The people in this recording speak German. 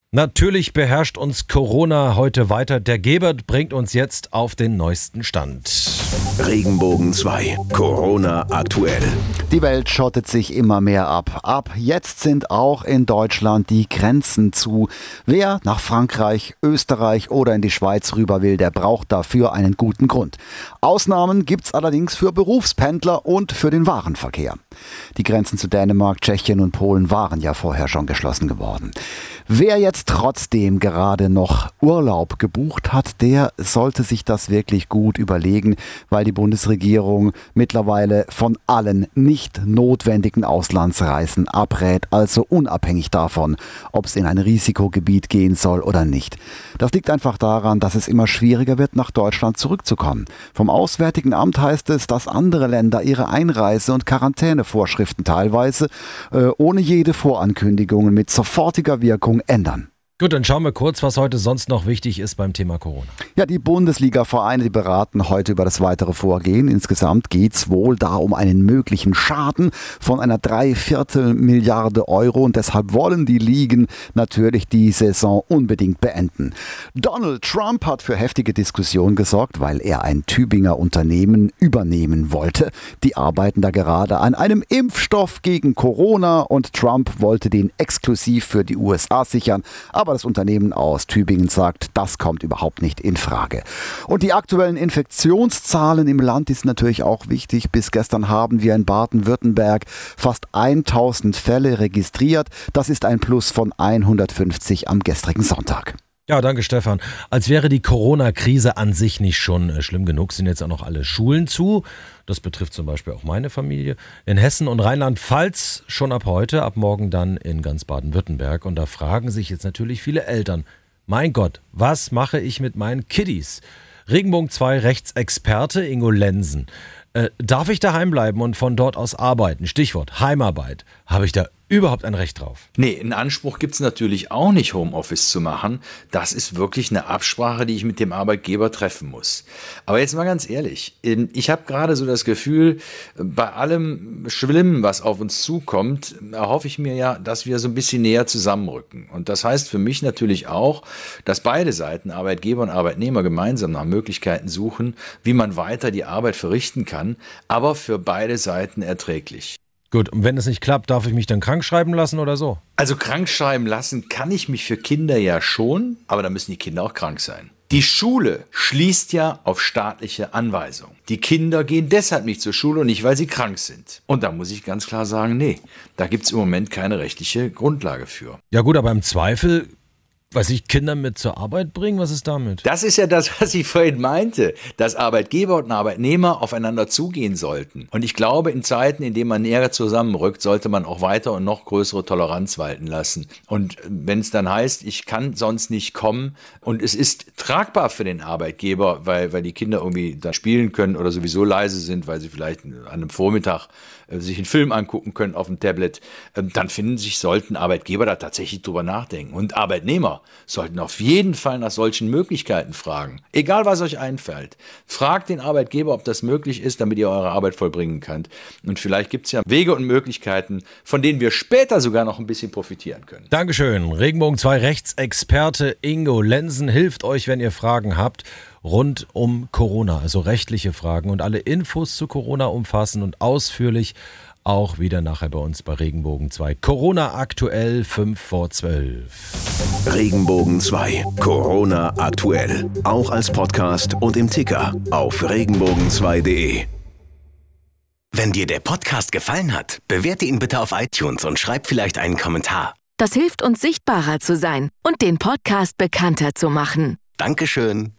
Natürlich beherrscht uns Corona heute weiter. Der Gebert bringt uns jetzt auf den neuesten Stand. Regenbogen 2. Corona aktuell. Die Welt schottet sich immer mehr ab. Ab jetzt sind auch in Deutschland die Grenzen zu. Wer nach Frankreich, Österreich oder in die Schweiz rüber will, der braucht dafür einen guten Grund. Ausnahmen gibt's allerdings für Berufspendler und für den Warenverkehr. Die Grenzen zu Dänemark, Tschechien und Polen waren ja vorher schon geschlossen geworden. Wer jetzt trotzdem gerade noch Urlaub gebucht hat, der sollte sich das wirklich gut überlegen, weil die Bundesregierung mittlerweile von allen nicht notwendigen Auslandsreisen abrät, also unabhängig davon, ob es in ein Risikogebiet gehen soll oder nicht. Das liegt einfach daran, dass es immer schwieriger wird, nach Deutschland zurückzukommen. Vom Auswärtigen Amt heißt es, dass andere Länder ihre Einreise- und Quarantänevorschriften teilweise ohne jede Vorankündigung mit sofortiger Wirkung ändern. Gut, dann schauen wir kurz, was heute sonst noch wichtig ist beim Thema Corona. Ja, die Bundesliga-Vereine, die beraten heute über das weitere Vorgehen. Insgesamt geht es wohl da um einen möglichen Schaden von einer 3/4 Milliarde Euro und deshalb wollen die Ligen natürlich die Saison unbedingt beenden. Donald Trump hat für heftige Diskussionen gesorgt, weil er ein Tübinger Unternehmen übernehmen wollte. Die arbeiten da gerade an einem Impfstoff gegen Corona und Trump wollte den exklusiv für die USA sichern, aber das Unternehmen aus Tübingen sagt, das kommt überhaupt nicht in Frage. Und die aktuellen Infektionszahlen im Land ist natürlich auch wichtig. Bis gestern haben wir in Baden-Württemberg fast 1000 Fälle registriert. Das ist ein Plus von 150 am gestrigen Sonntag. Ja, danke Stefan. Als wäre die Corona-Krise an sich nicht schon schlimm genug, sind jetzt auch noch alle Schulen zu. Das betrifft zum Beispiel auch meine Familie. In Hessen und Rheinland-Pfalz schon ab heute, ab morgen dann in ganz Baden-Württemberg. Und da fragen sich jetzt natürlich viele Eltern, mein Gott, was mache ich mit meinen Kiddies? Regenbogen 2 Rechtsexperte Ingo Lenzen. Darf ich daheim bleiben und von dort aus arbeiten? Stichwort Heimarbeit. Habe ich da überhaupt ein Recht drauf? Nee, einen Anspruch gibt es natürlich auch nicht, Homeoffice zu machen. Das ist wirklich eine Absprache, die ich mit dem Arbeitgeber treffen muss. Aber jetzt mal ganz ehrlich, ich habe gerade so das Gefühl, bei allem Schlimmen, was auf uns zukommt, erhoffe ich mir ja, dass wir so ein bisschen näher zusammenrücken. Und das heißt für mich natürlich auch, dass beide Seiten, Arbeitgeber und Arbeitnehmer, gemeinsam nach Möglichkeiten suchen, wie man weiter die Arbeit verrichten kann, aber für beide Seiten erträglich. Gut, und wenn es nicht klappt, darf ich mich dann krank schreiben lassen oder so? Also krank schreiben lassen kann ich mich für Kinder ja schon, aber da müssen die Kinder auch krank sein. Die Schule schließt ja auf staatliche Anweisung. Die Kinder gehen deshalb nicht zur Schule und nicht, weil sie krank sind. Und da muss ich ganz klar sagen, nee, da gibt es im Moment keine rechtliche Grundlage für. Ja gut, aber im Zweifel, weiß ich, Kinder mit zur Arbeit bringen, was ist damit? Das ist ja das, was ich vorhin meinte, dass Arbeitgeber und Arbeitnehmer aufeinander zugehen sollten. Und ich glaube, in Zeiten, in denen man näher zusammenrückt, sollte man auch weiter und noch größere Toleranz walten lassen. Und wenn es dann heißt, ich kann sonst nicht kommen und es ist tragbar für den Arbeitgeber, weil die Kinder irgendwie da spielen können oder sowieso leise sind, weil sie vielleicht an einem Vormittag sich einen Film angucken können auf dem Tablet, dann sollten Arbeitgeber da tatsächlich drüber nachdenken. Und Arbeitnehmer sollten auf jeden Fall nach solchen Möglichkeiten fragen. Egal, was euch einfällt. Fragt den Arbeitgeber, ob das möglich ist, damit ihr eure Arbeit vollbringen könnt. Und vielleicht gibt es ja Wege und Möglichkeiten, von denen wir später sogar noch ein bisschen profitieren können. Dankeschön. Regenbogen 2 Rechtsexperte Ingo Lenzen hilft euch, wenn ihr Fragen habt rund um Corona, also rechtliche Fragen, und alle Infos zu Corona umfassen und ausführlich auch wieder nachher bei uns bei Regenbogen 2. Corona aktuell 5 vor 12. Regenbogen 2. Corona aktuell. Auch als Podcast und im Ticker auf regenbogen2.de. Wenn dir der Podcast gefallen hat, bewerte ihn bitte auf iTunes und schreib vielleicht einen Kommentar. Das hilft uns, sichtbarer zu sein und den Podcast bekannter zu machen. Dankeschön.